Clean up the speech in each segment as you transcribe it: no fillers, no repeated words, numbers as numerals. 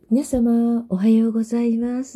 皆様、おはようございます。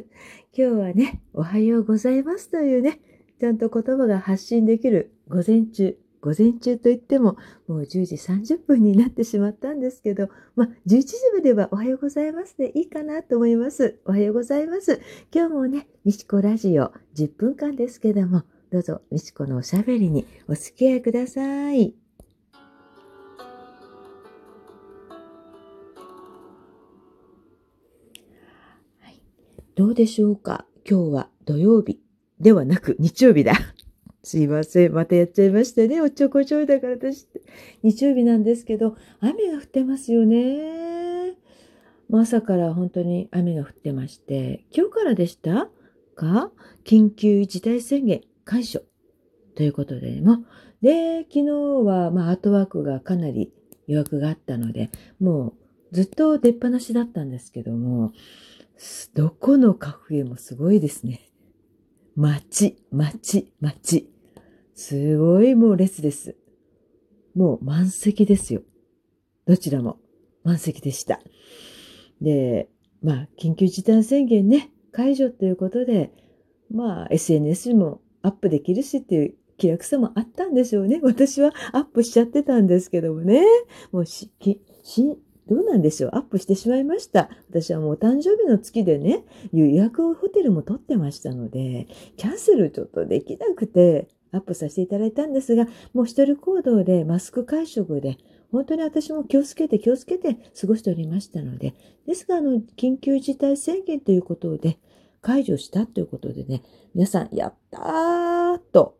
今日はね、おはようございますというね、ちゃんと言葉が発信できる午前中といっても、もう10時30分になってしまったんですけど、11時まではおはようございますでいいかなと思います。おはようございます。今日もね、みちこラジオ10分間ですけども、どうぞみちこのおしゃべりにお付き合いください。はい、どうでしょうか。今日は土曜日ではなく日曜日だ。すいません。またやっちゃいましたね。おっちょこちょいだから私って。日曜日なんですけど、雨が降ってますよね。朝から本当に雨が降ってまして、今日からでしたか？緊急事態宣言解除ということで、昨日はアートワークがかなり予約があったので、もうずっと出っ放しだったんですけども、どこのカフェもすごいですね。待ち。すごいもう列です。もう満席ですよ。どちらも満席でした。で、緊急事態宣言ね、解除ということで、SNS にもアップできるしっていう気楽さもあったんでしょうね。私はアップしちゃってたんですけどもね。もうどうなんでしょう。アップしてしまいました。私はもうお誕生日の月でね、予約をホテルも取ってましたので、キャンセルちょっとできなくて、アップさせていただいたんですが、もう一人行動でマスク会食で、本当に私も気をつけて過ごしておりましたので、ですが、緊急事態宣言ということで、解除したということでね、皆さん、やったーと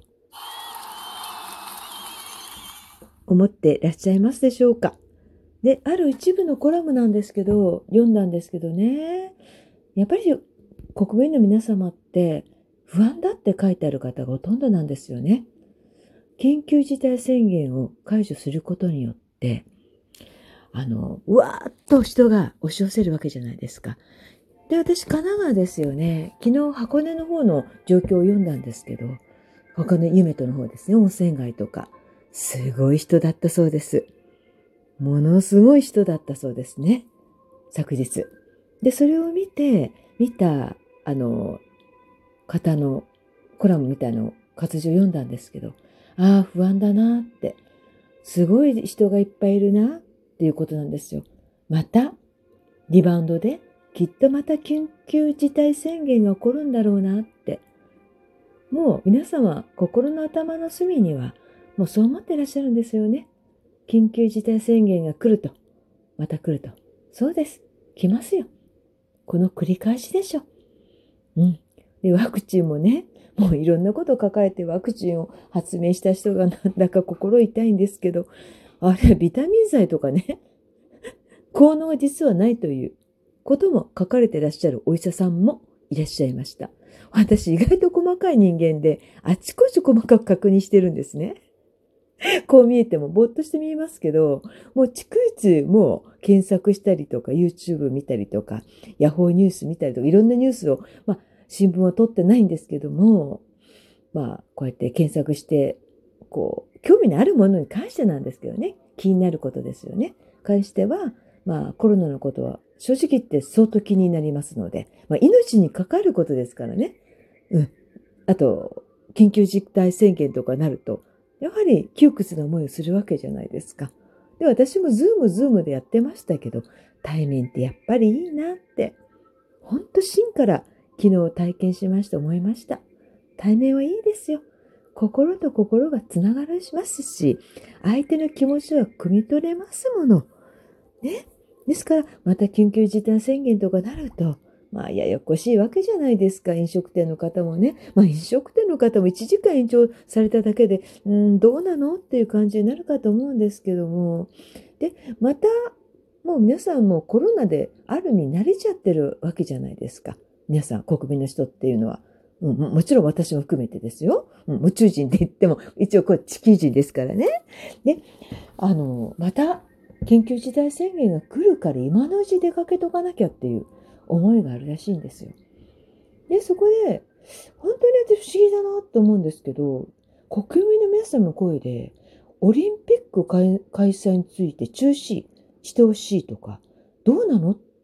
思っていらっしゃいますでしょうか。で、ある一部のコラムなんですけど、読んだんですけどね、やっぱり国民の皆様って不安だって書いてある方がほとんどなんですよね。緊急事態宣言を解除することによって、うわーっと人が押し寄せるわけじゃないですか。で、私、神奈川ですよね。昨日、箱根の方の状況を読んだんですけど、箱根湯本の方ですね、温泉街とか。すごい人だったそうです。ものすごい人だったそうですね。昨日。で、それを見た、方のコラムみたいなの活字を読んだんですけど、ああ、不安だなって。すごい人がいっぱいいるなっていうことなんですよ。また、リバウンドできっとまた緊急事態宣言が起こるんだろうなって。もう皆様、心の頭の隅には、もうそう思ってらっしゃるんですよね。緊急事態宣言が来ると、また来ると。そうです。来ますよ。この繰り返しでしょ。うん。で、ワクチンもね、もういろんなことを抱えてワクチンを発明した人がなんだか心痛いんですけど、あれ、ビタミン剤とかね、効能が実はないということも書かれていらっしゃるお医者さんもいらっしゃいました。私意外と細かい人間であちこち細かく確認してるんですね。こう見えてもぼーっとして見えますけど、もう逐一もう検索したりとか YouTube 見たりとかヤホーニュース見たりとかいろんなニュースを、新聞は取ってないんですけども、こうやって検索して興味のあるものに関してなんですけどね、気になることですよね。関しては、コロナのことは正直言って相当気になりますので、命にかかることですからね。うん。あと、緊急事態宣言とかなると、やはり窮屈な思いをするわけじゃないですか。で、私もズームでやってましたけど、対面ってやっぱりいいなって、ほんと芯から昨日体験しまして思いました。対面はいいですよ。心と心がつながりますし、相手の気持ちは汲み取れますもの。ね。ですから、また緊急事態宣言とかなると、ややこしいわけじゃないですか。飲食店の方もね。飲食店の方も1時間延長されただけで、どうなのっていう感じになるかと思うんですけども。で、また、もう皆さんもコロナである意味慣れちゃってるわけじゃないですか。皆さん、国民の人っていうのは。もちろん私も含めてですよ。宇宙人って言っても、一応これ地球人ですからね。で、また、緊急事態宣言が来るから今のうち出かけとかなきゃっていう思いがあるらしいんですよ。で、そこで、本当に私不思議だなと思うんですけど、国民の皆さんの声で、オリンピック開催について中止してほしいとか、どうなのっ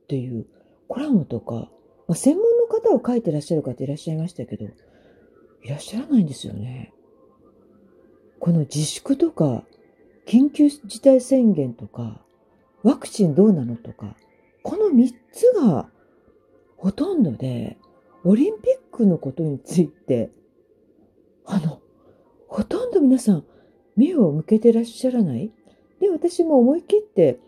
っていうコラムとか、専門の方を書いてらっしゃる方いらっしゃいましたけど、いらっしゃらないんですよね。この自粛とか、緊急事態宣言とか、ワクチンどうなのとか、この3つがほとんどで、オリンピックのことについて、ほとんど皆さん目を向けてらっしゃらない。で、私も思い切って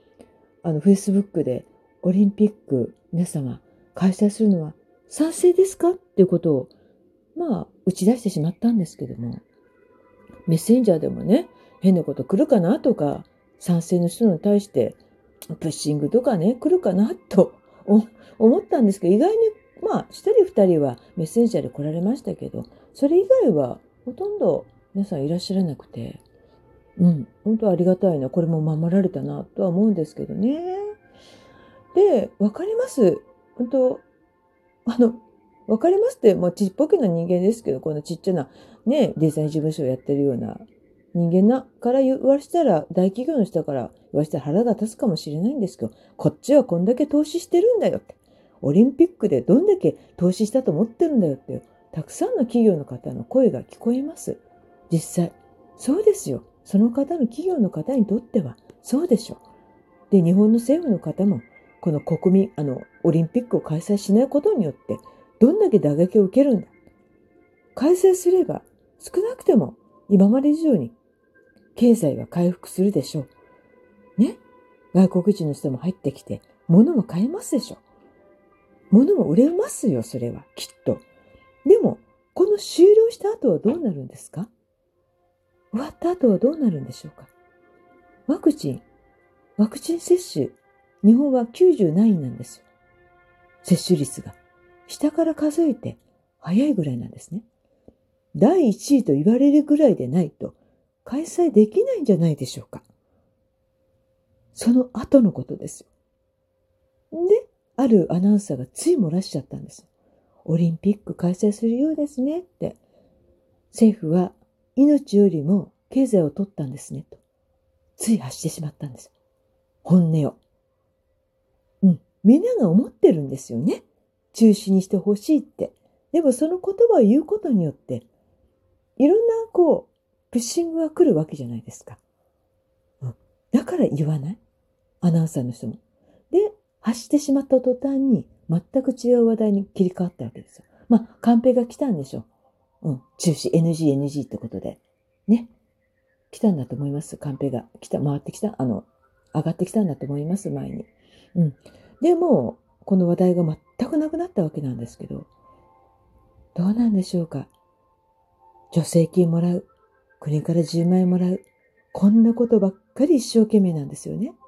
、Facebook でオリンピック皆様開催するのは賛成ですかっていうことを、打ち出してしまったんですけども、メッセンジャーでもね、変なこと来るかなとか、賛成の人に対してプッシングとかね、来るかなと思ったんですけど、意外に一人二人はメッセンジャーで来られましたけど、それ以外はほとんど皆さんいらっしゃらなくて、本当ありがたいな、これも守られたなとは思うんですけどね。で、わかります。本当わかりますって、ちっぽけな人間ですけど、このちっちゃなね、デザイン事務所をやってるような人間から言わしたら、大企業の人から言わしたら腹が立つかもしれないんですけど、こっちはこんだけ投資してるんだよって。オリンピックでどんだけ投資したと思ってるんだよって、たくさんの企業の方の声が聞こえます。実際。そうですよ。その方の企業の方にとっては、そうでしょう。で、日本の政府の方も、このオリンピックを開催しないことによって、どんだけ打撃を受けるんだ。開催すれば、少なくても今まで以上に経済は回復するでしょう。ね。外国人の人も入ってきて、物も買えますでしょ。物も売れますよ、それは、きっと。でも、この終了した後はどうなるんですか？終わった後はどうなるんでしょうか？ワクチン接種、日本は90何位なんですよ。接種率が。下から数えて早いぐらいなんですね。第1位と言われるぐらいでないと開催できないんじゃないでしょうか。その後のことですよ。で、あるアナウンサーがつい漏らしちゃったんです。オリンピック開催するようですねって。政府は命よりも経済を取ったんですねと。つい発してしまったんです。本音を。みんなが思ってるんですよね。中止にしてほしいって。でもその言葉を言うことによって、いろんなプッシングが来るわけじゃないですか。だから言わない。アナウンサーの人も。で、発してしまった途端に全く違う話題に切り替わったわけですよ。カンペが来たんでしょう。中止 NG ってことで。ね。来たんだと思います。カンペが回ってきた。上がってきたんだと思います、前に。でも、この話題が全くなくなったわけなんですけど、どうなんでしょうか。助成金もらう。国から10万円もらう。こんなことばっかり一生懸命なんですよね。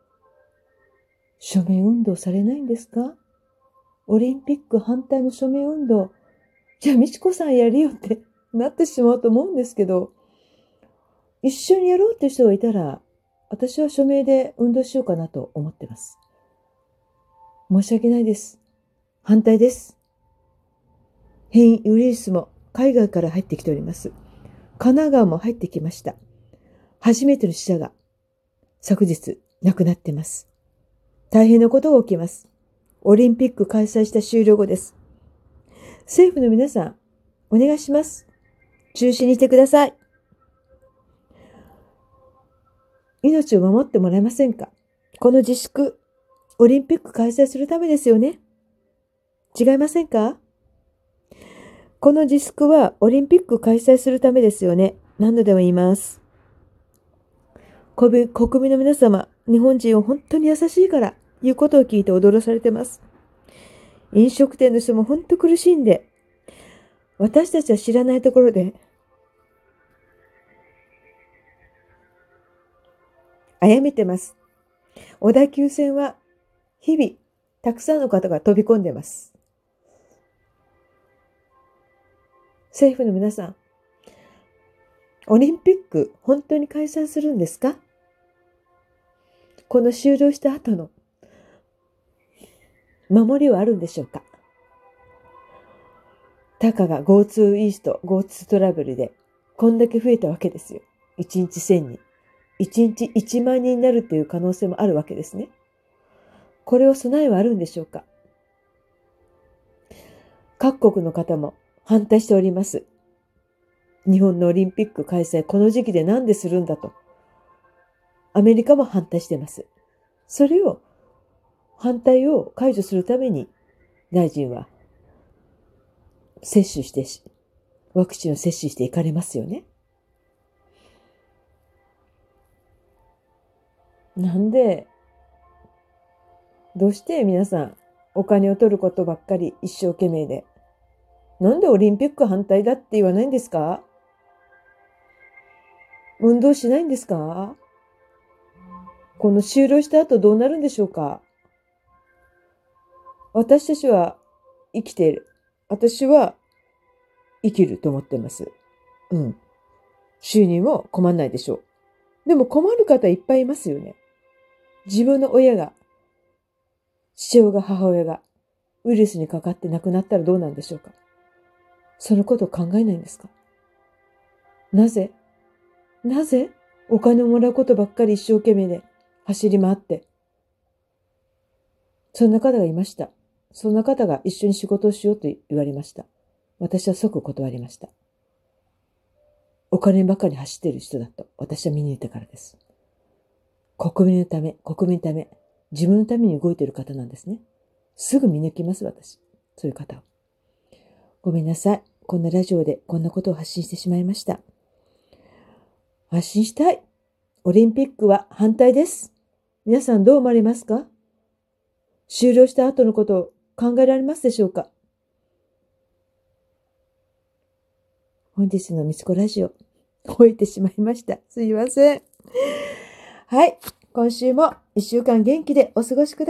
署名運動されないんですか？オリンピック反対の署名運動。じゃあ、美智子さんやるよってなってしまうと思うんですけど、一緒にやろうって人がいたら、私は署名で運動しようかなと思ってます。申し訳ないです。反対です。変異ウイルスも海外から入ってきております。神奈川も入ってきました。初めての死者が昨日亡くなっています。大変なことが起きます。オリンピック開催した終了後です。政府の皆さん、お願いします。中止にしてください。命を守ってもらえませんか？この自粛、オリンピック開催するためですよね。違いませんか？この自粛はオリンピック開催するためですよね。何度でも言います。国民の皆様、日本人は本当に優しいから、言うことを聞いて驚されてます。飲食店の人も本当苦しいんで、私たちは知らないところで、殺めてます。小田急線は、日々、たくさんの方が飛び込んでます。政府の皆さん、オリンピック本当に開催するんですか？この終了した後の守りはあるんでしょうか？たかが GoTo イースト、GoTo トラベルでこんだけ増えたわけですよ。1日1000人。1日1万人になるっていう可能性もあるわけですね。 これを備えはあるんでしょうか。各国の方も反対しております。日本のオリンピック開催、この時期でなんでするんだと。アメリカも反対しています。それを、反対を解除するために、大臣は、ワクチンを接種していかれますよね。なんで、どうして皆さん、お金を取ることばっかり一生懸命で。なんでオリンピック反対だって言わないんですか？運動しないんですか？この終了した後どうなるんでしょうか？私たちは生きている。私は生きると思ってます。うん。収入も困んないでしょう。でも困る方いっぱいいますよね。自分の親が、父親が母親がウイルスにかかって亡くなったらどうなんでしょうか？そのことを考えないんですか？なぜお金をもらうことばっかり一生懸命で走り回って。そんな方がいました。そんな方が一緒に仕事をしようと言われました。私は即断りました。お金ばかり走っている人だと私は見抜いたからです。国民のため、自分のために動いている方なんですね。すぐ見抜きます、私。そういう方を。ごめんなさい。こんなラジオでこんなことを発信してしまいました。発信したい。オリンピックは反対です。皆さんどう思われますか？終了した後のことを考えられますでしょうか？本日のみつこラジオ、終えてしまいました。すいません。はい。今週も一週間元気でお過ごしください。